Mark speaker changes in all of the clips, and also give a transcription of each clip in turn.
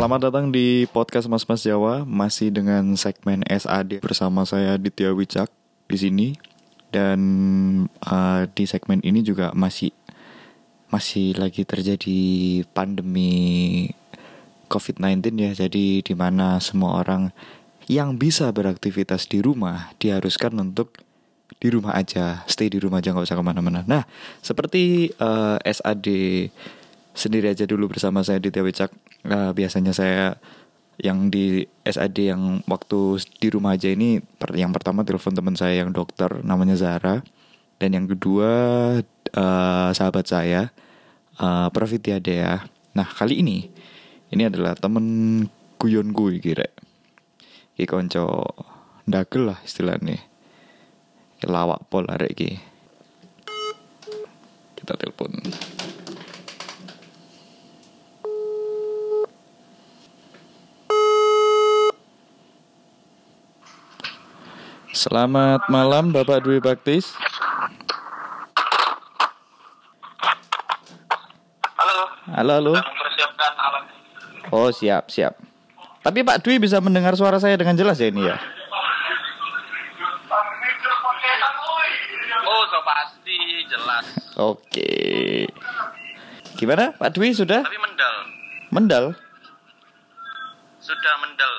Speaker 1: Selamat datang di podcast Mas Jawa, masih dengan segmen SAD bersama saya Ditya Wicak di sini. Dan di segmen ini juga masih lagi terjadi pandemi COVID-19 ya. Jadi di mana semua orang yang bisa beraktivitas di rumah diharuskan untuk di rumah aja, stay di rumah aja, nggak usah kemana-mana. Nah, seperti SAD sendiri aja dulu bersama saya Ditya Wicak. Biasanya saya yang di SAD yang waktu di rumah aja ini, yang pertama telepon teman saya yang dokter namanya Zara, dan yang kedua sahabat saya Prof Tiadea. Nah, kali ini adalah temen guyonku iki rek. Iki konco ndagel lah istilahnya. Lawak pol arek iki. Kita telepon. Selamat malam Bapak Dwi Baktis. Halo.
Speaker 2: Mempersiapkan alat.
Speaker 1: Oh, siap. Tapi Pak Dwi bisa mendengar suara saya dengan jelas ya ini ya?
Speaker 2: Oh, so pasti jelas.
Speaker 1: Oke. Gimana Pak Dwi sudah?
Speaker 2: Tapi mendal.
Speaker 1: Mendal?
Speaker 2: Sudah mendal.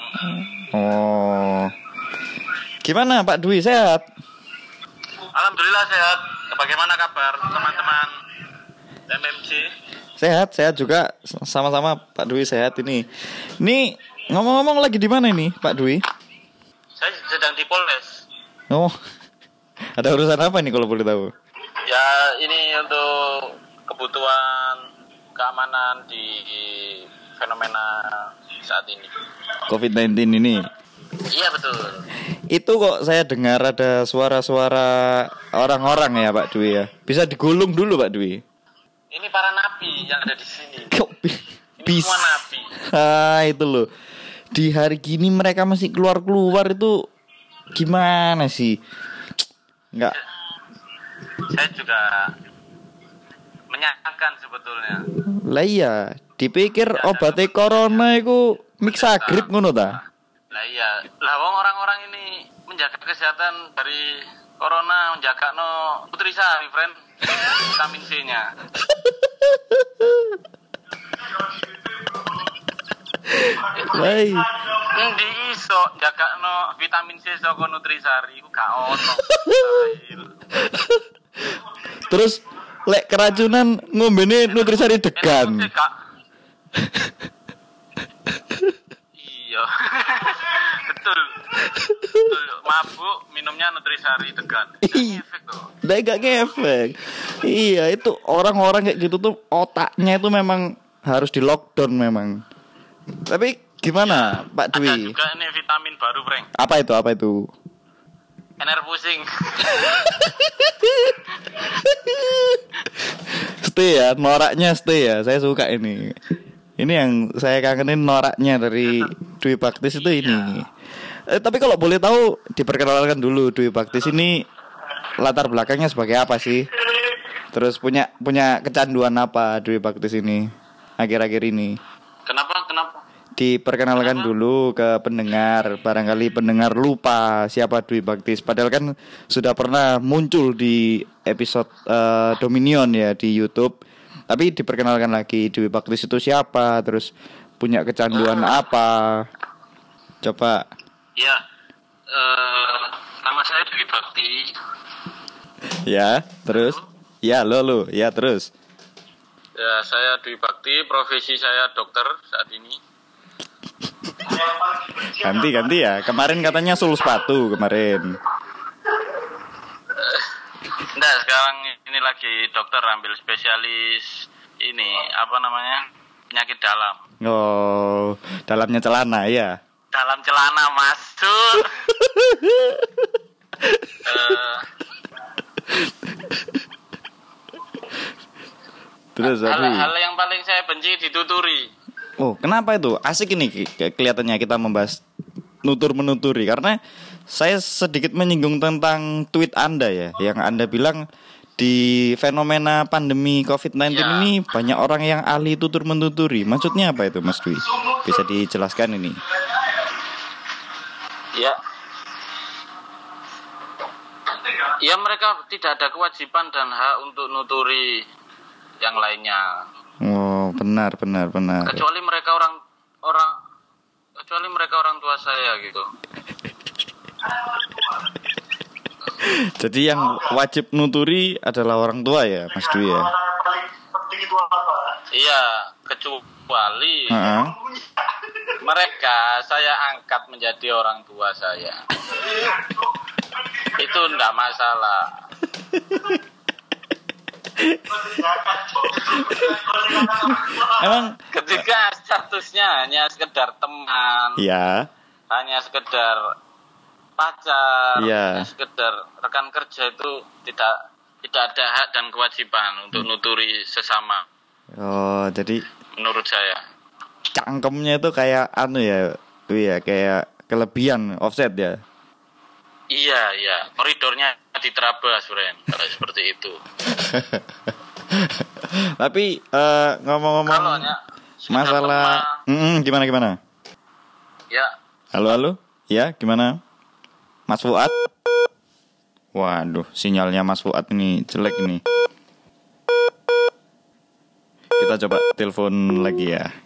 Speaker 1: Oh. Gimana Pak Dwi, sehat?
Speaker 2: Alhamdulillah sehat. Bagaimana kabar teman-teman MMC?
Speaker 1: Sehat juga, sama-sama Pak Dwi sehat ini. Ini ngomong-ngomong lagi di mana ini Pak Dwi?
Speaker 2: Saya sedang di Polres.
Speaker 1: Oh. Ada urusan apa nih kalau boleh tahu?
Speaker 2: Ya, ini untuk kebutuhan keamanan di fenomena saat ini.
Speaker 1: COVID-19 ini.
Speaker 2: Iya, betul.
Speaker 1: Itu kok saya dengar ada suara-suara orang-orang ya Pak Dwi ya. Bisa digulung dulu Pak Dwi.
Speaker 2: Ini para napi yang ada di sini.
Speaker 1: Kok
Speaker 2: Ini semua napi.
Speaker 1: Itu loh. Di hari gini mereka masih keluar itu gimana sih? Enggak.
Speaker 2: Saya juga menyayangkan sebetulnya.
Speaker 1: Lah iya, dipikir obatnya corona itu mixagrip ngono ta?
Speaker 2: Lah iya, orang-orang ini menjaga kesehatan dari corona, menjaga nutrisari, friend, vitamin C-nya.
Speaker 1: Lah iya.
Speaker 2: Endi iso jaga vitamin C saka nutrisari ku gak ono.
Speaker 1: Terus lek keracunan ngombene nutrisari degan. Iya.
Speaker 2: Betul. Mabuk minumnya nutrisari degan. Efek tuh.
Speaker 1: Gak ngefek. Iya, itu orang-orang kayak gitu tuh otaknya itu memang harus di lockdown memang. Tapi gimana Pak Dwi?
Speaker 2: Ada juga ini vitamin baru, Frank.
Speaker 1: Apa itu?
Speaker 2: Ener pusing.
Speaker 1: Noraknya ya. Saya suka ini. Ini yang saya kangenin, noraknya dari Dwi Baktis itu ini. Tapi kalau boleh tahu, diperkenalkan dulu Dwi Baktis ini latar belakangnya sebagai apa sih? Terus punya kecanduan apa Dwi Baktis ini akhir-akhir ini?
Speaker 2: Kenapa?
Speaker 1: Diperkenalkan dulu ke pendengar. Barangkali pendengar lupa siapa Dwi Baktis. Padahal kan sudah pernah muncul di episode Dominion ya di YouTube. Tapi diperkenalkan lagi, Dwi Baktis itu siapa? Terus punya kecanduan apa? Coba.
Speaker 2: Ya, nama saya Dwi Bakti.
Speaker 1: Ya, terus? Ya, lo. Ya, terus.
Speaker 2: Ya, saya Dwi Bakti, profesi saya dokter saat ini.
Speaker 1: Ganti ya. Kemarin katanya sul sepatu kemarin.
Speaker 2: Enggak, sekarang ini lagi dokter ambil spesialis ini, apa namanya? Penyakit dalam.
Speaker 1: Oh, dalamnya celana ya.
Speaker 2: Dalam celana masuk.
Speaker 1: Terus
Speaker 2: hal yang paling saya benci dituturi.
Speaker 1: Oh, kenapa itu? Asik ini kelihatannya kita membahas nutur-menuturi, karena saya sedikit menyinggung tentang tweet Anda ya, yang Anda bilang di fenomena pandemi COVID-19 ini banyak orang yang ahli tutur-menuturi. Maksudnya apa itu, Mas Dwi? Bisa dijelaskan ini?
Speaker 2: Ya. Ya, mereka tidak ada kewajiban dan hak untuk nuturi yang lainnya.
Speaker 1: Oh, benar.
Speaker 2: Kecuali mereka orang tua saya gitu.
Speaker 1: Jadi yang wajib nuturi adalah orang tua ya, Mas Dwi ya?
Speaker 2: Iya, kecuali mereka saya angkat menjadi orang tua saya. Itu enggak masalah.
Speaker 1: Emang
Speaker 2: Ketika statusnya hanya sekedar teman,
Speaker 1: ya,
Speaker 2: hanya sekedar pacar,
Speaker 1: Iya.
Speaker 2: hanya sekedar rekan kerja, itu tidak ada hak dan kewajiban untuk nuturi sesama.
Speaker 1: oh jadi
Speaker 2: Menurut saya.
Speaker 1: cangkemnya itu kayak kayak kelebihan offset ya.
Speaker 2: Iya, koridornya diterabas, friend. Kalau seperti itu.
Speaker 1: Tapi ngomong-ngomong
Speaker 2: Kalau hanya sekedar
Speaker 1: masalah gimana?
Speaker 2: Ya,
Speaker 1: Halo? Ya, gimana? Mas Fuad? Waduh, sinyalnya Mas Fuad ini jelek ini. Kita coba telepon lagi ya.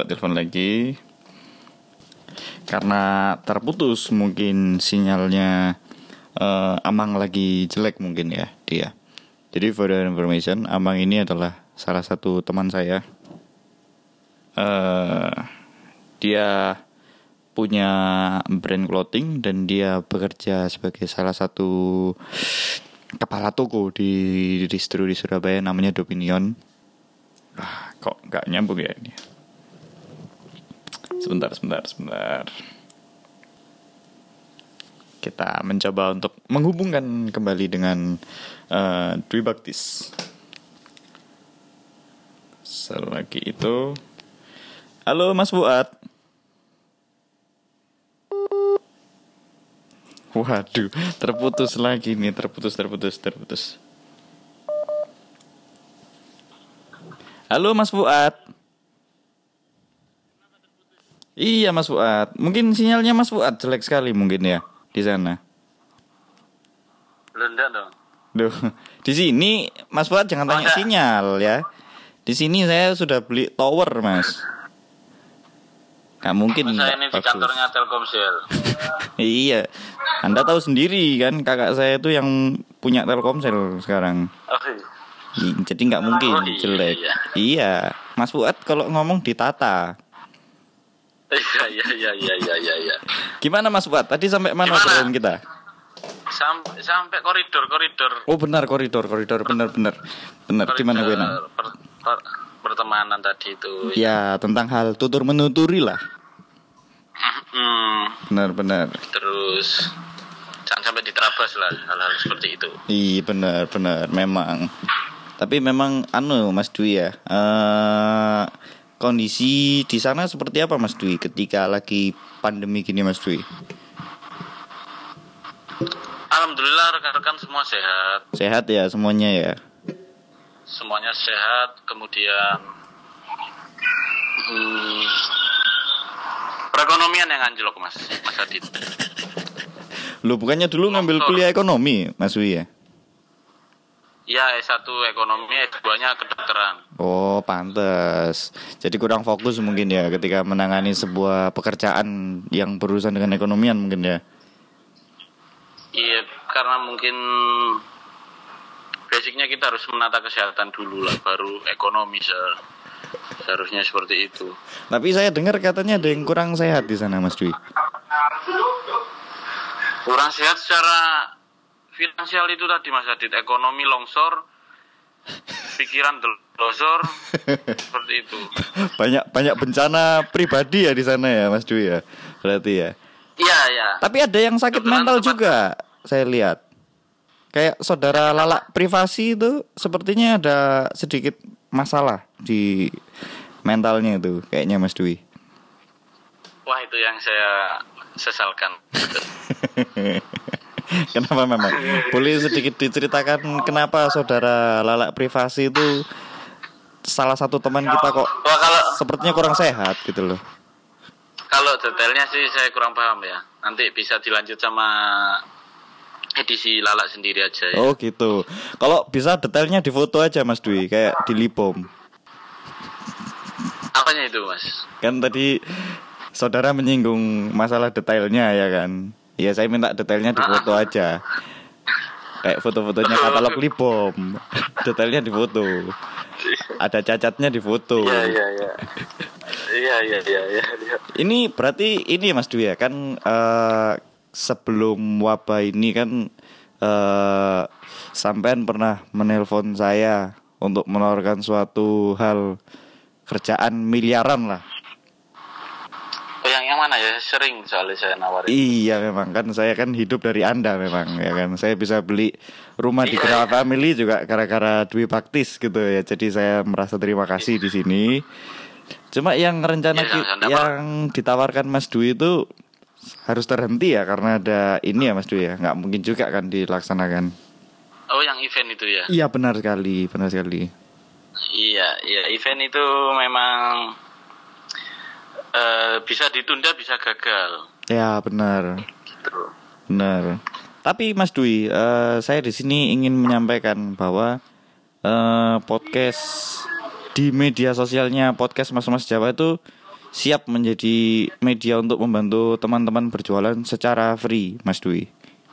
Speaker 1: Karena terputus mungkin sinyalnya Amang lagi jelek mungkin ya dia. Jadi for your information, Amang ini adalah salah satu teman saya. Dia punya brand clothing dan dia bekerja sebagai salah satu kepala toko di distro di Surabaya namanya Dopinion. Kok nggak nyambung ya ini? Sebentar. Kita mencoba untuk menghubungkan kembali dengan Dwi Baktis. Selagi itu, halo Mas Fuad. Waduh, terputus lagi nih, terputus. Halo Mas Fuad. Iya Mas Fuad, mungkin sinyalnya Mas Fuad jelek sekali mungkin ya di sana.
Speaker 2: Belanda dong.
Speaker 1: Duh, di sini Mas Fuad jangan tanya sinyal ya. Di sini saya sudah beli tower Mas. Gak mungkin.
Speaker 2: Saya ini di kantornya Telkomsel.
Speaker 1: Iya, Anda tahu sendiri kan kakak saya itu yang punya Telkomsel sekarang. Jadi nggak mungkin jelek. Iya, Mas Fuad kalau ngomong ditata.
Speaker 2: Iya.
Speaker 1: Gimana Mas Fuad? Tadi sampai mana obrolan kita?
Speaker 2: Sampai koridor.
Speaker 1: Oh benar koridor benar. Gimana gue
Speaker 2: pertemanan tadi itu.
Speaker 1: Ya tentang hal tutur menuturi lah. Benar.
Speaker 2: Terus jangan sampai diterabas lah hal-hal seperti itu.
Speaker 1: Iya benar memang. Tapi memang Mas Dwi ya. Kondisi di sana seperti apa Mas Dwi ketika lagi pandemi gini Mas Dwi?
Speaker 2: Alhamdulillah rekan-rekan semua sehat.
Speaker 1: Sehat ya semuanya ya.
Speaker 2: Semuanya sehat. Kemudian perekonomian yang anjlok Mas Adit.
Speaker 1: Lu bukannya dulu ngambil kuliah ekonomi Mas Dwi ya?
Speaker 2: Ya, S1 ekonomi, S2-nya kedokteran.
Speaker 1: Oh, pantes. Jadi kurang fokus mungkin ya ketika menangani sebuah pekerjaan yang berurusan dengan ekonomian mungkin ya.
Speaker 2: Iya, karena mungkin basicnya kita harus menata kesehatan dulu lah, baru ekonomi seharusnya seperti itu.
Speaker 1: Tapi saya dengar katanya ada yang kurang sehat di sana Mas Dwi.
Speaker 2: Kurang sehat secara finansial itu tadi Mas Adit, ekonomi longsor, pikiran delosor, seperti itu.
Speaker 1: Banyak bencana pribadi ya di sana ya Mas Dwi ya, berarti ya.
Speaker 2: Iya.
Speaker 1: Tapi ada yang sakit mental juga, saya lihat. Kayak saudara Lala privasi itu sepertinya ada sedikit masalah di mentalnya itu, kayaknya Mas Dwi.
Speaker 2: Wah, itu yang saya sesalkan.
Speaker 1: Kenapa memang? Boleh sedikit diceritakan kenapa saudara Lala privasi itu salah satu teman kita kok sepertinya kurang sehat gitu loh.
Speaker 2: Kalau detailnya sih saya kurang paham ya. Nanti bisa dilanjut sama edisi Lala sendiri aja ya.
Speaker 1: Oh gitu. Kalau bisa detailnya di foto aja Mas Dwi, kayak di Lipom.
Speaker 2: Apanya itu Mas?
Speaker 1: Kan tadi saudara menyinggung masalah detailnya ya kan. Ya saya minta detailnya di foto aja. Kayak foto-fotonya katalog Lipom. Detailnya di foto. Ada cacatnya di foto.
Speaker 2: Iya.
Speaker 1: Ini berarti ini Mas Dwi ya kan sebelum wabah ini kan sampean pernah menelpon saya untuk menawarkan suatu hal kerjaan miliaran lah.
Speaker 2: Oh yang mana ya? Sering soalnya saya nawarin.
Speaker 1: Iya memang kan saya kan hidup dari Anda memang ya kan. Saya bisa beli rumah di Grand Family juga gara-gara Dwi Paktis gitu ya. Jadi saya merasa terima kasih di sini. Cuma yang rencana yang ditawarkan Mas Dwi itu harus terhenti ya karena ada ini ya Mas Dwi ya. Nggak mungkin juga kan dilaksanakan.
Speaker 2: Oh yang event itu ya?
Speaker 1: Iya benar sekali.
Speaker 2: Iya event itu memang bisa ditunda bisa gagal.
Speaker 1: Ya benar.
Speaker 2: Gitu.
Speaker 1: Benar. Tapi Mas Dwi, saya di sini ingin menyampaikan bahwa podcast di media sosialnya podcast Mas Jawa itu siap menjadi media untuk membantu teman-teman berjualan secara free, Mas Dwi.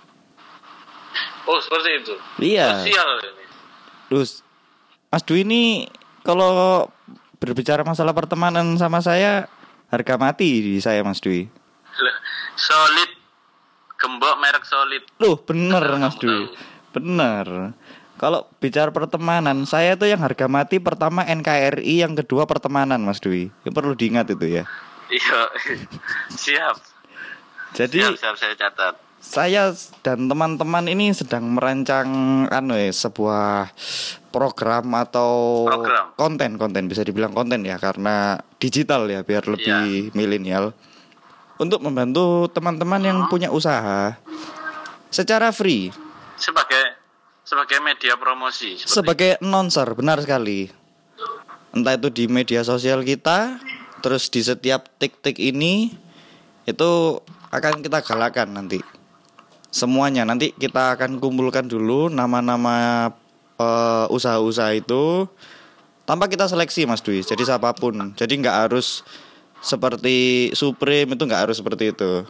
Speaker 2: Oh seperti itu.
Speaker 1: Iya.
Speaker 2: Sosial ini.
Speaker 1: Terus Mas Dwi ini kalau berbicara masalah pertemanan sama saya harga mati di saya Mas Dwi.
Speaker 2: Solid, gembok merek solid.
Speaker 1: Loh bener Mas Dwi, bener. Kalau bicara pertemanan, saya tuh yang harga mati pertama NKRI, yang kedua pertemanan Mas Dwi. Yang perlu diingat itu ya.
Speaker 2: Iya, siap.
Speaker 1: Jadi
Speaker 2: siap saya catat.
Speaker 1: Saya dan teman-teman ini sedang merancang sebuah program atau konten bisa dibilang konten ya karena digital ya biar lebih milenial untuk membantu teman-teman yang punya usaha secara free
Speaker 2: sebagai media promosi
Speaker 1: sebagai announcer, benar sekali. Entah itu di media sosial kita, terus di setiap tik-tik ini itu akan kita galakan nanti. Semuanya nanti kita akan kumpulkan dulu nama-nama usaha-usaha itu tanpa kita seleksi Mas Dwi. Jadi siapapun. Jadi nggak harus seperti Supreme, itu nggak harus seperti itu.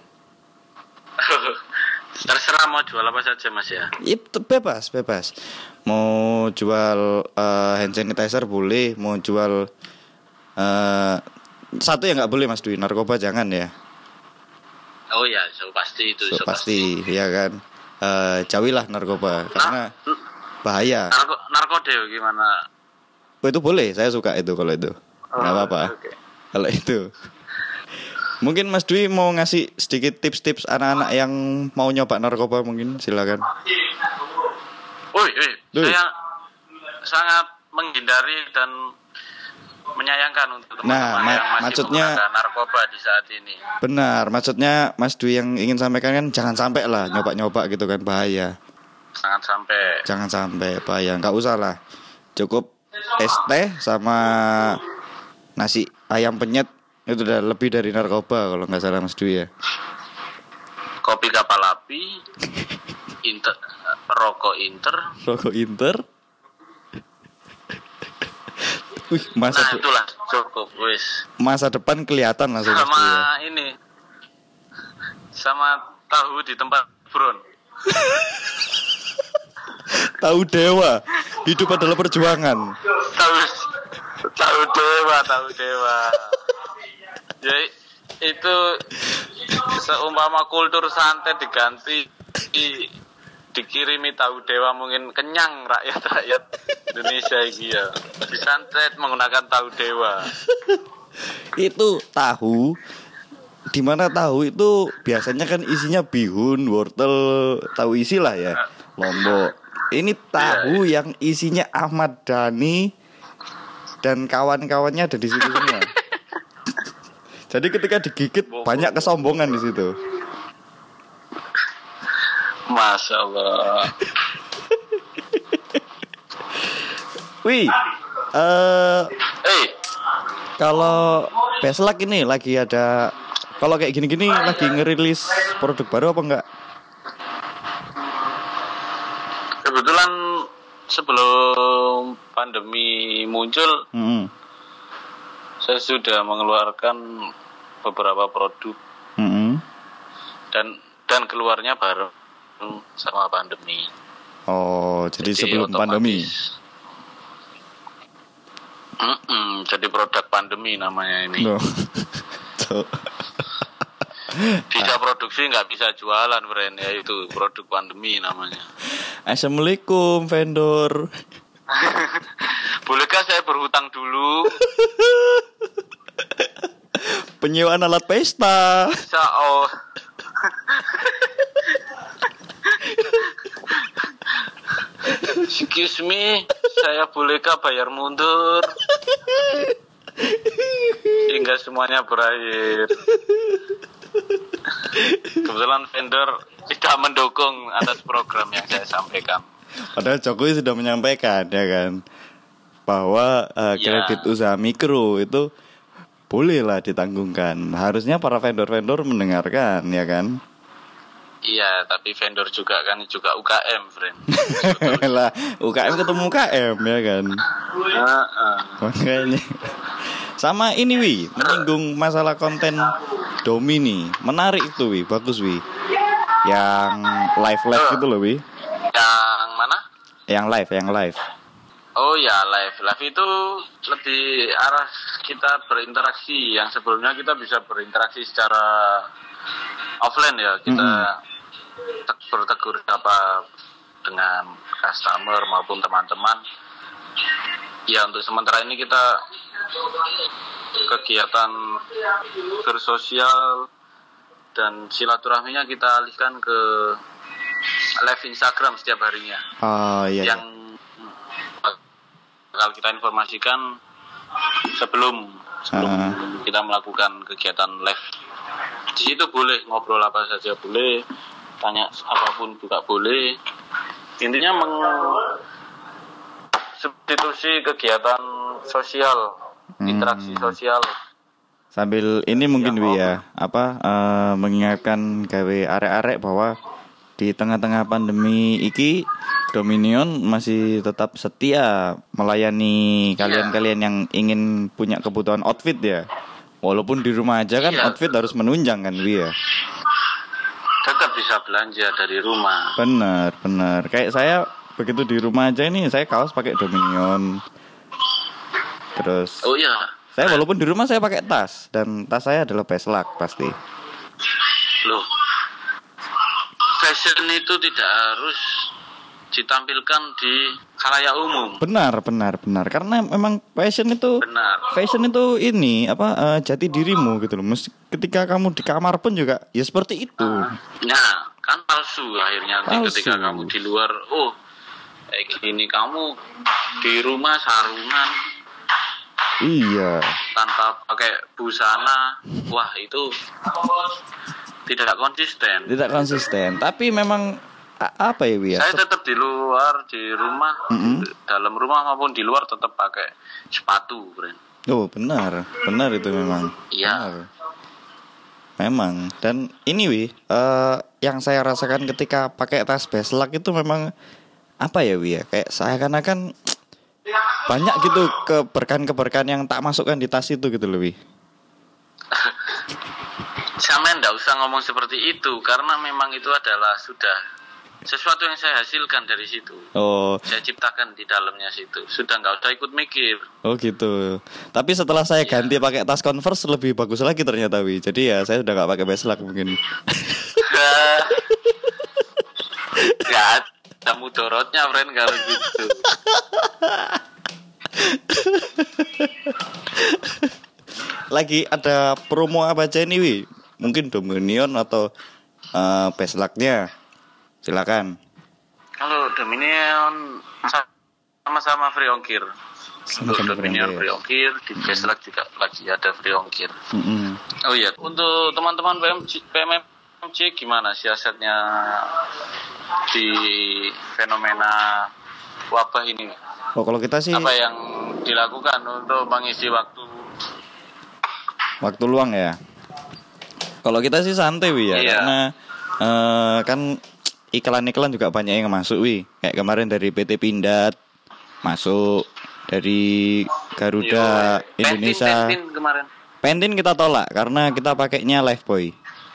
Speaker 2: Terserah mau jual apa saja Mas ya.
Speaker 1: Itu bebas. Mau jual hand sanitizer boleh, mau jual satu yang nggak boleh Mas Dwi, narkoba jangan ya.
Speaker 2: Oh ya, pasti itu.
Speaker 1: Pasti, ya kan. Jauhilah narkoba karena bahaya.
Speaker 2: Narkodeo gimana?
Speaker 1: Oh itu boleh, saya suka itu kalau itu. Nggak apa-apa.
Speaker 2: Okay.
Speaker 1: Kalau itu. Mungkin Mas Dwi mau ngasih sedikit tips-tips anak-anak yang mau nyoba narkoba mungkin, silakan.
Speaker 2: Saya sangat menghindari dan menyayangkan untuk teman-teman yang masih menggunakan narkoba di saat ini.
Speaker 1: Benar, maksudnya Mas Dwi yang ingin sampaikan kan jangan sampai lah nyoba-nyoba gitu kan, bahaya. Jangan sampai bahaya, nggak usah lah. Cukup es teh sama nasi ayam penyet itu udah lebih dari narkoba kalau nggak salah Mas Dwi ya.
Speaker 2: Kopi kapal api, rokok inter.
Speaker 1: Wih,
Speaker 2: itulah cukup wis.
Speaker 1: Masa depan kelihatan langsung
Speaker 2: sama
Speaker 1: ya.
Speaker 2: Ini. Sama tahu di tempat Bron.
Speaker 1: Tahu dewa, hidup adalah perjuangan.
Speaker 2: Tahu dewa. Ya itu seumpama kultur santet diganti dikirimi tahu dewa mungkin kenyang rakyat Indonesia iki ya. Disantet menggunakan tahu dewa.
Speaker 1: Itu tahu, dimana tahu itu biasanya kan isinya bihun, wortel, tahu isi lah ya, lombok. Ini tahu yang isinya Ahmad Dhani dan kawan-kawannya ada di situ semua. Jadi ketika digigit banyak kesombongan di situ.
Speaker 2: Masya Allah.
Speaker 1: Wih, kalau Beslak ini lagi ada Kalau kayak gini-gini lagi ngerilis produk baru apa enggak?
Speaker 2: Kebetulan sebelum pandemi muncul, saya sudah mengeluarkan beberapa produk dan keluarnya bareng sama pandemi.
Speaker 1: Oh, jadi sebelum
Speaker 2: otomatis,
Speaker 1: pandemi.
Speaker 2: Jadi produk pandemi namanya ini.
Speaker 1: No.
Speaker 2: Bisa produksi nggak bisa jualan, friend. Ya itu produk pandemi namanya.
Speaker 1: Assalamualaikum vendor.
Speaker 2: Bolehkah saya berhutang dulu?
Speaker 1: Penyewaan alat pesta.
Speaker 2: Oh. Excuse me, saya bolehkah bayar mundur? Hingga semuanya berakhir. Kebetulan vendor tidak mendukung atas program yang saya sampaikan.
Speaker 1: Padahal Jokowi sudah menyampaikan ya kan bahwa kredit usaha mikro itu bolehlah ditanggungkan. Harusnya para vendor-vendor mendengarkan ya kan.
Speaker 2: Iya, tapi vendor juga kan juga UKM, friend.
Speaker 1: Lah, UKM ketemu UKM ya kan. Makanya. Sama ini menyinggung masalah konten Domini. Menarik itu bagus Yang live gitu loh
Speaker 2: Yang mana?
Speaker 1: Yang live.
Speaker 2: Oh ya, live itu lebih arah kita berinteraksi. Yang sebelumnya kita bisa berinteraksi secara offline ya. Kita bertegur sapa dengan customer maupun teman-teman. Ya, untuk sementara ini kita kegiatan bersosial dan silaturahminya kita alihkan ke live Instagram setiap harinya.
Speaker 1: Iya.
Speaker 2: Yang bakal kita informasikan sebelum kita melakukan kegiatan live. Di situ boleh ngobrol apa saja boleh, tanya apapun juga boleh. Intinya substitusi kegiatan sosial, interaksi sosial.
Speaker 1: Sambil ini mungkin mengingatkan gawe arek-arek bahwa di tengah-tengah pandemi iki Dominion masih tetap setia melayani kalian-kalian yang ingin punya kebutuhan outfit ya. Walaupun di rumah aja kan outfit harus menunjang kan ya.
Speaker 2: Tetap bisa belanja dari rumah.
Speaker 1: Benar. Kayak saya begitu di rumah aja ini saya kaos pakai Dominion. Terus saya walaupun di rumah saya pakai tas dan tas saya adalah Peslak pasti.
Speaker 2: Loh. Fashion itu tidak harus ditampilkan di khalayak umum.
Speaker 1: Benar. Karena memang fashion itu ini jati dirimu gitu loh. Ketika kamu di kamar pun juga ya seperti itu.
Speaker 2: Nah, kan palsu akhirnya ketika kamu di luar. Kayak gini kamu di rumah sarungan.
Speaker 1: Iya.
Speaker 2: Tanpa pakai busana, wah itu tidak konsisten. Tapi memang apa ya? Saya tetap di luar, di rumah, dalam rumah maupun di luar tetap pakai sepatu, friend.
Speaker 1: Oh benar itu memang.
Speaker 2: Iya.
Speaker 1: Memang. Dan ini yang saya rasakan ketika pakai tas Peslak itu memang apa ya kayak seakan-akan banyak gitu keberkahan yang tak masukkan di tas itu gitu loh
Speaker 2: Sampai nggak usah ngomong seperti itu karena memang itu adalah sudah sesuatu yang saya hasilkan dari situ. Saya ciptakan di dalamnya situ. Sudah nggak usah ikut mikir.
Speaker 1: Oh gitu. Tapi setelah saya ganti pakai tas Converse lebih bagus lagi ternyata Jadi ya saya udah nggak pakai Peslak mungkin.
Speaker 2: Nggak ada mudorotnya, friend, kalau gitu.
Speaker 1: Lagi ada promo apa aja ini Mungkin Dominion atau Peslaknya. Silakan.
Speaker 2: Kalau Dominion sama-sama free ongkir. Untuk Dominion free ongkir, di Peslak juga lagi ada free ongkir. Oh iya, untuk teman-teman PMMC gimana siasatnya di fenomena wabah ini?
Speaker 1: Kalau kita sih
Speaker 2: apa yang dilakukan untuk mengisi waktu
Speaker 1: luang ya? Kalau kita sih santai wi ya,
Speaker 2: Iya.
Speaker 1: karena kan iklan-iklan juga banyak yang masuk wi. Kayak kemarin dari PT Pindad masuk, dari Garuda
Speaker 2: Yo,
Speaker 1: Indonesia.
Speaker 2: Pentin kemarin.
Speaker 1: Pentin kita tolak karena kita pakainya Lifebuoy.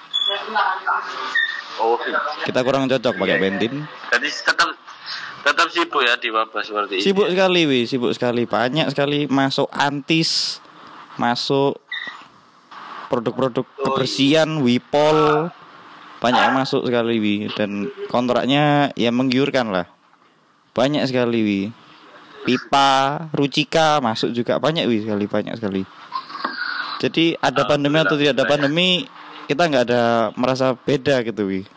Speaker 2: Oh,
Speaker 1: Kita kurang cocok pakai Pentin.
Speaker 2: jadi tetap sibuk ya di wabah seperti ini.
Speaker 1: Sibuk sekali wi, sibuk sekali. Banyak sekali masuk Antis, masuk produk-produk kebersihan, Wipol, banyak yang masuk sekali wi, dan kontraknya ya menggiurkan lah. Banyak sekali wi. Pipa, Rucika masuk juga banyak wi sekali, banyak sekali. Jadi ada pandemi atau tidak ada pandemi, kita nggak ada merasa beda gitu wi.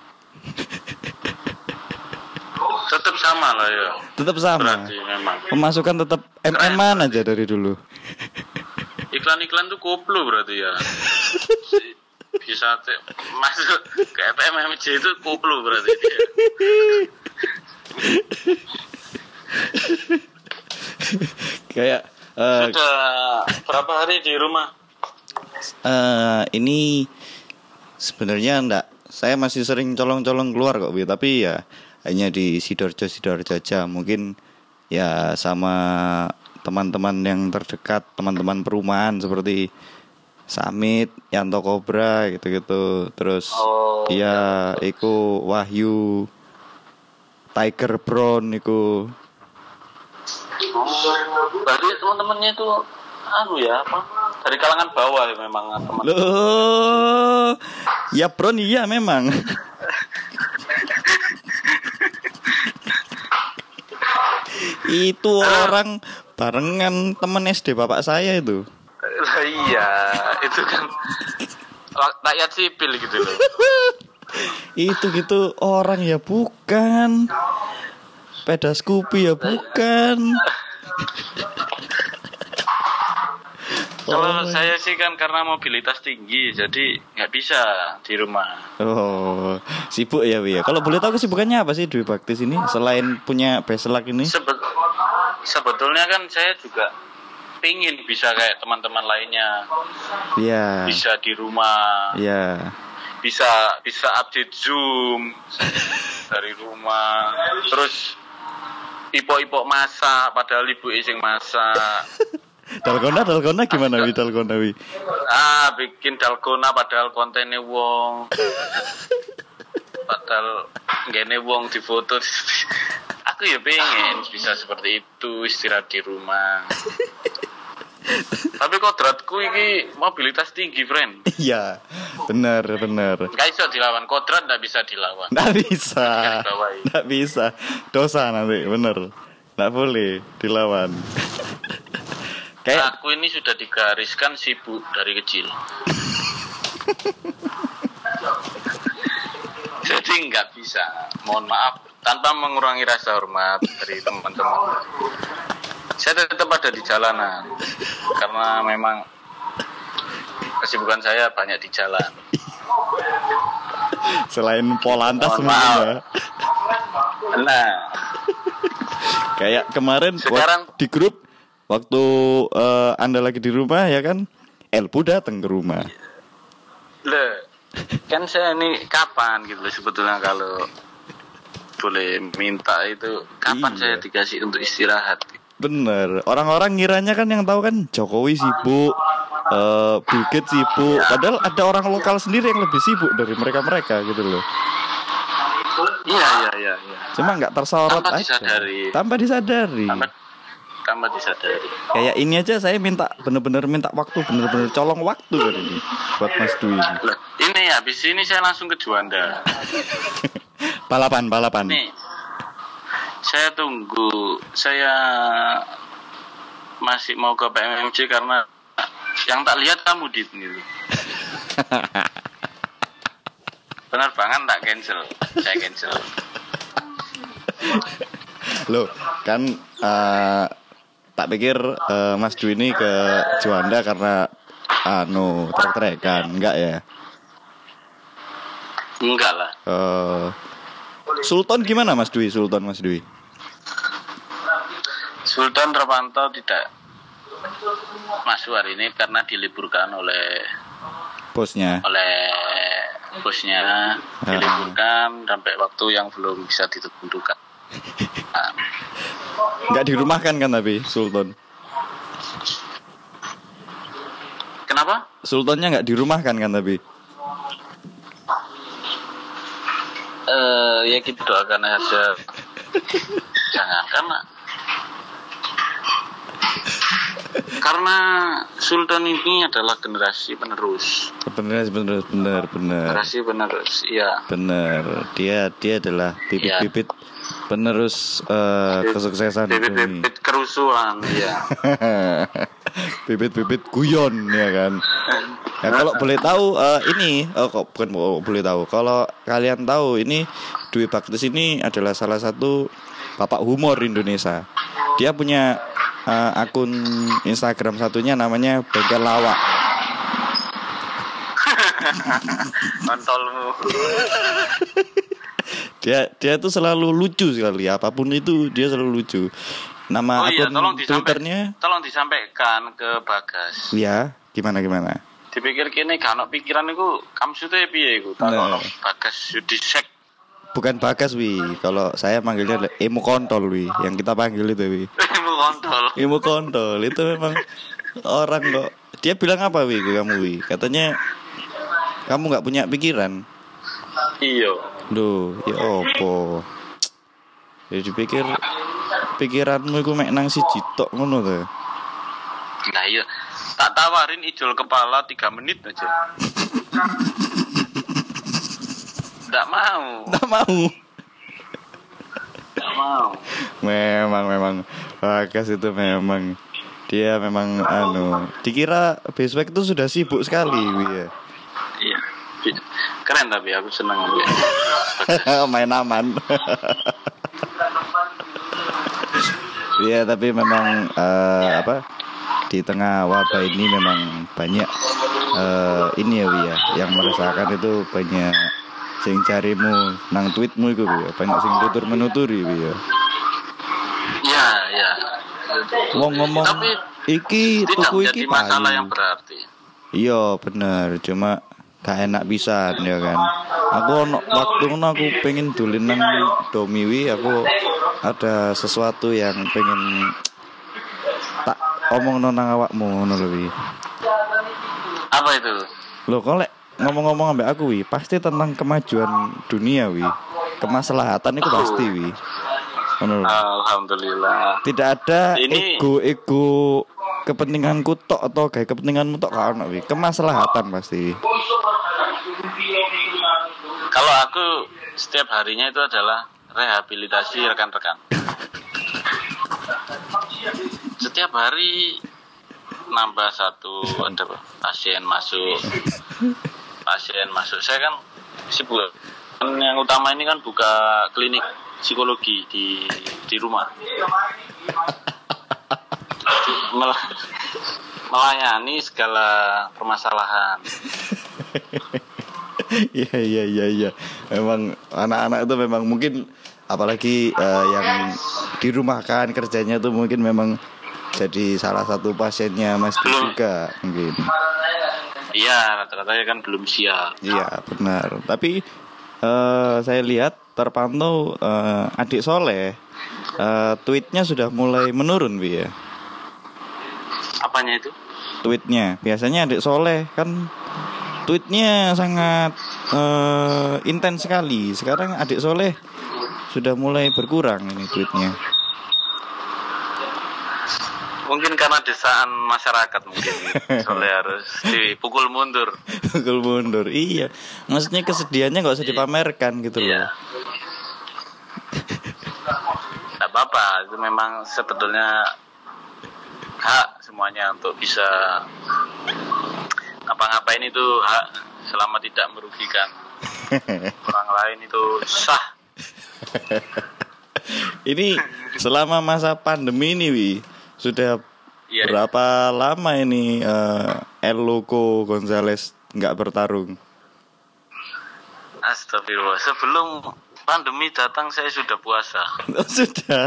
Speaker 2: Tetap sama lah ya.
Speaker 1: Tetap sama.
Speaker 2: Berarti memang.
Speaker 1: Pemasukan tetap MM-an aja dari dulu.
Speaker 2: Iklan-iklan tuh koplo berarti ya. Bisa masuk ke FMMJ itu koplo berarti.
Speaker 1: Kayak
Speaker 2: Sudah berapa hari di rumah?
Speaker 1: ini sebenarnya enggak. Saya masih sering colong-colong keluar kok, Wi, tapi ya hanya di Sidoarjo aja. Mungkin ya sama teman-teman yang terdekat, teman-teman perumahan seperti Samit, Yanto Cobra gitu-gitu. Terus ya iku Wahyu, Tiger Brown iku.
Speaker 2: Berarti teman-temannya itu ya apa? Dari kalangan bawah ya memang teman.
Speaker 1: Loh, ya Brown iya memang. Itu orang barengan teman SD bapak saya itu.
Speaker 2: Lah iya, itu kan rakyat sipil gitu loh.
Speaker 1: Itu gitu orang ya bukan. Sepeda Scoopy ya bukan.
Speaker 2: Kalau saya sih kan karena mobilitas tinggi, jadi nggak bisa di rumah.
Speaker 1: Oh, sibuk ya Wi ya. Kalau boleh tahu kesibukannya apa sih Dwi Baktis ini selain punya Beselak ini?
Speaker 2: Sebetulnya kan saya juga pingin bisa kayak teman-teman lainnya.
Speaker 1: Iya.
Speaker 2: Bisa di rumah.
Speaker 1: Iya.
Speaker 2: Bisa update Zoom dari rumah. Terus ipo-ipo masak padahal ibu sing masak.
Speaker 1: Dalgona gimana Wi dalgona Wi?
Speaker 2: Bikin dalgona padahal kontennya wong. Padahal ngene wong difoto. Aku ya pengen bisa seperti itu, istirahat di rumah. Tapi kodratku ini mobilitas tinggi, friend.
Speaker 1: Iya, benar.
Speaker 2: Gak bisa dilawan, kodrat gak bisa dilawan.
Speaker 1: Nggak bisa, dosa nanti, bener. Nggak boleh dilawan.
Speaker 2: Kayak aku ini sudah digariskan sibuk dari kecil. Jadi nggak bisa, mohon maaf, tanpa mengurangi rasa hormat dari teman-teman. Saya tetap ada di jalanan karena memang kesibukan saya banyak di jalan.
Speaker 1: Selain Polantas
Speaker 2: Mohon
Speaker 1: mungkin
Speaker 2: maaf.
Speaker 1: ya.
Speaker 2: Nah,
Speaker 1: Kayak kemarin
Speaker 2: Sekarang-
Speaker 1: di grup waktu Anda lagi di rumah ya kan, Elpu datang ke rumah.
Speaker 2: kan saya ini kapan gitu loh sebetulnya kalau boleh minta itu kapan
Speaker 1: Iya.
Speaker 2: saya dikasih untuk istirahat.
Speaker 1: Bener, orang-orang ngiranya kan yang tahu kan Jokowi sibuk, Bill Gates sibuk. Padahal ada orang lokal sendiri yang lebih sibuk dari mereka gitu loh.
Speaker 2: Iya.
Speaker 1: Cuma nggak tersorot
Speaker 2: Tanpa
Speaker 1: aja.
Speaker 2: disadari.
Speaker 1: Tanpa disadari.
Speaker 2: Tanpa disadari.
Speaker 1: Kayak ini aja saya bener-bener minta waktu, bener-bener colong waktu hari ini buat Mas Dwi ini.
Speaker 2: Loh, ini habis ini saya langsung ke Juanda.
Speaker 1: Balapan.
Speaker 2: Nih, saya tunggu. Saya masih mau ke PMMJ karena yang tak lihat kamu dit gitu. Penerbangan tak cancel, saya cancel.
Speaker 1: Loh, kan tak pikir Mas Dwi ini ke Juanda karena trek-trekan, enggak ya?
Speaker 2: Enggak lah.
Speaker 1: Sultan gimana Mas Dwi?
Speaker 2: Sultan terpantau tidak masuk hari ini karena diliburkan oleh
Speaker 1: bosnya.
Speaker 2: Oleh bosnya diliburkan sampai waktu yang belum bisa ditentukan.
Speaker 1: Nggak dirumahkan kan tapi Sultan?
Speaker 2: Kenapa?
Speaker 1: Sultannya nggak dirumahkan kan tapi?
Speaker 2: Ya kita doakan aja. Jangan karena Sultan ini adalah generasi penerus.
Speaker 1: Benar.
Speaker 2: Generasi penerus, iya.
Speaker 1: Benar. Dia adalah bibit-bibit penerus kesuksesan ini.
Speaker 2: Bibit-bibit kerusuhan, ya.
Speaker 1: Bibit-bibit guyon ya kan. Ya kalau boleh tahu boleh tahu. Kalau kalian tahu ini Dwi Baktis ini adalah salah satu bapak humor Indonesia. Dia punya akun Instagram satunya namanya Bengkel Lawak.
Speaker 2: Kontolmu.
Speaker 1: Dia tuh selalu lucu sekali, apapun itu dia selalu lucu. Nama akun Twitternya
Speaker 2: tolong disampaikan ke Bagas.
Speaker 1: Ya, gimana?
Speaker 2: Dipikir kene gak ono pikiran iku kamsute piye iku? Kalau Bagas Yudisek.
Speaker 1: Bukan Bagas wi, kalau saya manggilnya Emu Kontol wi, yang kita panggil itu wi. Emu Kontol itu memang orang kok. Dia bilang apa wi ke kamu wi? Katanya kamu nggak punya pikiran.
Speaker 2: Iya.
Speaker 1: Duh, ya opo. Ya dipikir pikiranmu iku mek nang siji tok ngono to.
Speaker 2: Nah iya, tak tawarin ijol kepala 3 menit aja. Nggak mau.
Speaker 1: Memang Bagas itu memang dia memang dikira Beswek itu sudah sibuk sekali ya.
Speaker 2: Iya. Keren tapi aku senang
Speaker 1: main aman. Iya, tapi memang di tengah wabah ini memang banyak ini ya Wi ya, yang merasakan itu banyak sing carimu nang tweetmu iku ya, banyak sing tutur-menuturi ya.
Speaker 2: Iya.
Speaker 1: Wong ngomong
Speaker 2: tapi
Speaker 1: iki tuku iki
Speaker 2: masalah yang berarti.
Speaker 1: Iya, bener, cuma gak enak pisan ya kan. Aku waktu aku pengen dolen nang Domiwi, aku ada sesuatu yang pengen tak omong nang awakmu ngono lho Wi.
Speaker 2: Apa itu?
Speaker 1: Loh, kok ngomong-ngomong ambek aku wi, pasti tentang kemajuan dunia wi, kemaslahatan itu pasti wi.
Speaker 2: Alhamdulillah.
Speaker 1: Tidak ada ego kepentinganku tok atau kayak kepentinganmu tok kan wi, kemaslahatan pasti.
Speaker 2: Kalau aku setiap harinya itu adalah rehabilitasi rekan-rekan. Setiap hari nambah satu ada pasien masuk. Saya kan sibuk. Yang utama ini kan buka klinik psikologi di rumah. Melayani segala permasalahan.
Speaker 1: Iya. Memang anak-anak itu memang mungkin apalagi yang dirumahkan kerjanya tuh mungkin memang jadi salah satu pasiennya Mas juga mungkin.
Speaker 2: Iya, rata-ratanya kan belum siap.
Speaker 1: Iya, benar. Tapi saya lihat terpantau Adik Soleh tweetnya sudah mulai menurun, Bi ya.
Speaker 2: Apanya itu?
Speaker 1: Tweetnya. Biasanya Adik Soleh kan tweetnya sangat intens sekali. Sekarang Adik Soleh sudah mulai berkurang ini tweetnya.
Speaker 2: Mungkin karena desaan masyarakat mungkin Soleh harus dipukul mundur.
Speaker 1: Pukul mundur, iya. Maksudnya kesedihannya nggak usah dipamerkan gitu loh.
Speaker 2: Tidak apa-apa, itu memang sebetulnya hak semuanya untuk bisa ngapa-ngapain itu hak selama tidak merugikan orang lain itu sah.
Speaker 1: Ini selama masa pandemi ini Wi, sudah berapa lama ini El Loco Gonzales nggak bertarung?
Speaker 2: Astagfirullah, sebelum pandemi datang saya sudah puasa.
Speaker 1: Sudah.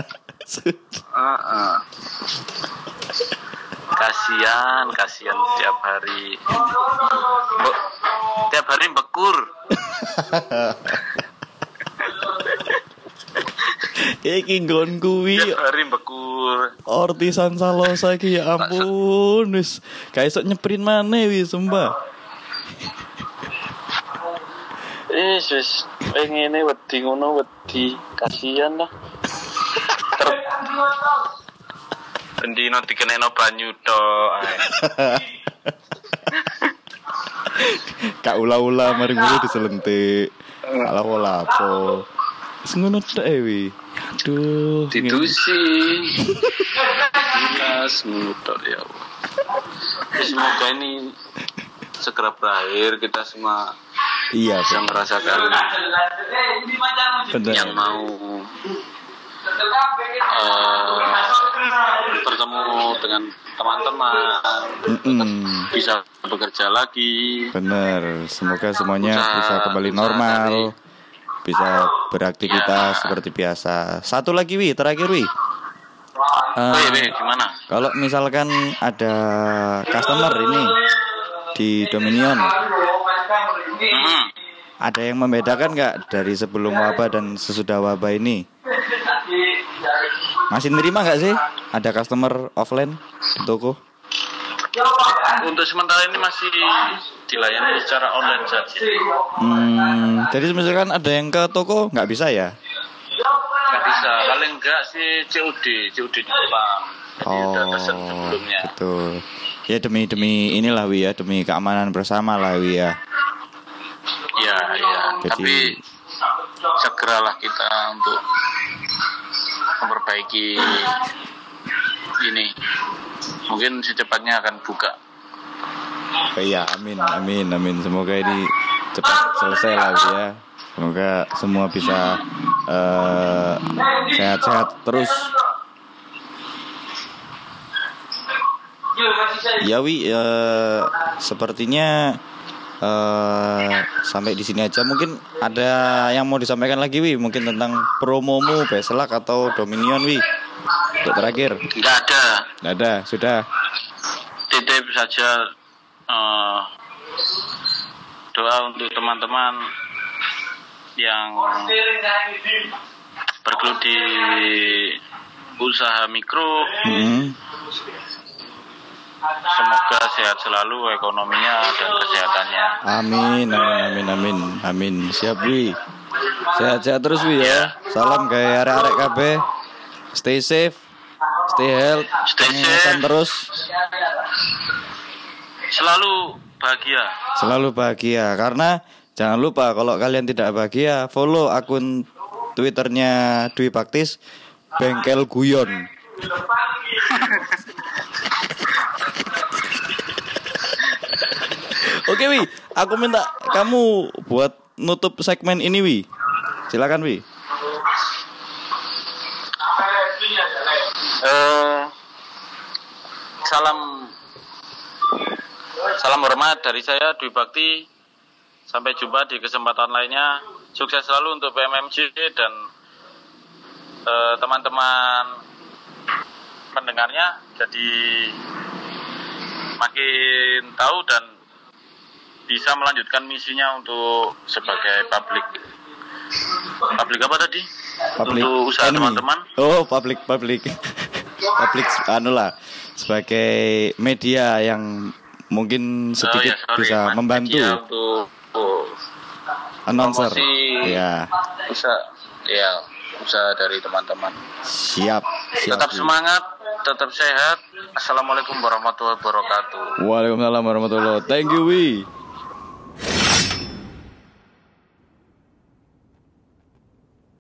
Speaker 2: Kasihan setiap hari. Tiap hari bekur.
Speaker 1: Iki nggon kuwi
Speaker 2: Tiap hari bekur.
Speaker 1: Ortisan Salosa iki ya ampun wis gak iso nyeprin maneh wis sumpah.
Speaker 2: Wis ngene wedi ngono wedi kasihan lah. Bendino dikenekno banyu tok ae.
Speaker 1: Kak ula-ula mari ngono diselentik. Alah apa. Wis ngono tok wi. Aduh,
Speaker 2: Ditusi. Jelas ngono tok ya Allah. Semoga ini segera berakhir, kita semua
Speaker 1: iya
Speaker 2: bisa merasakan
Speaker 1: bener.
Speaker 2: yang mau bertemu dengan teman-teman, bisa bekerja lagi.
Speaker 1: Bener, semoga semuanya bisa kembali
Speaker 2: usaha
Speaker 1: normal, bisa beraktivitas seperti biasa. Satu lagi wi, terakhir wi.
Speaker 2: Gimana?
Speaker 1: Kalau misalkan ada customer ini di Dominion, ada yang membedakan nggak dari sebelum wabah dan sesudah wabah ini? Masih nerima nggak sih ada customer offline di toko?
Speaker 2: Untuk sementara ini masih dilayani secara online saja.
Speaker 1: Jadi misalkan ada yang ke toko nggak bisa ya?
Speaker 2: Nggak bisa, paling enggak sih COD di depan. Udah pesen sebelumnya.
Speaker 1: Betul. Ya demi inilah wi ya, demi keamanan bersama lah wi ya.
Speaker 2: Iya.
Speaker 1: Jadi,
Speaker 2: tapi segeralah kita untuk memperbaiki ini. Mungkin secepatnya akan buka.
Speaker 1: Iya, amin. Semoga ini cepat selesai lah wi ya. Semoga semua bisa sehat-sehat terus. Ya wi, sepertinya sampai di sini aja. Mungkin ada yang mau disampaikan lagi wi, mungkin tentang promomu Beselak atau Dominion wi. Untuk terakhir.
Speaker 2: Nggak ada.
Speaker 1: Sudah.
Speaker 2: Titip saja doa untuk teman-teman yang bergelut di usaha mikro. Semoga sehat selalu ekonominya dan kesehatannya.
Speaker 1: Amin. Siap wi. Sehat-sehat terus wi ya. Salam gaya arek-arek kabeh. Stay safe, stay health,
Speaker 2: Stay safe.
Speaker 1: terus. Selalu bahagia. Karena jangan lupa kalau kalian tidak bahagia, follow akun Twitternya Dwi Baktis Bengkel Guyon. Oke wi, aku minta kamu buat nutup segmen ini wi. Silakan wi.
Speaker 2: Salam hormat dari saya Dwi Bakti. Sampai jumpa di kesempatan lainnya. Sukses selalu untuk PMMJ dan teman-teman pendengarnya. Jadi makin tahu dan bisa melanjutkan misinya untuk sebagai public apa tadi? Untuk usaha
Speaker 1: enemy.
Speaker 2: teman-teman.
Speaker 1: Oh, public sebagai media yang mungkin sedikit bisa membantu
Speaker 2: untuk
Speaker 1: announcer.
Speaker 2: Ya. Usaha dari teman-teman.
Speaker 1: Siap.
Speaker 2: Tetap semangat, tetap sehat. Assalamualaikum warahmatullahi wabarakatuh.
Speaker 1: Waalaikumsalam warahmatullahi wabarakatuh. Thank you wi.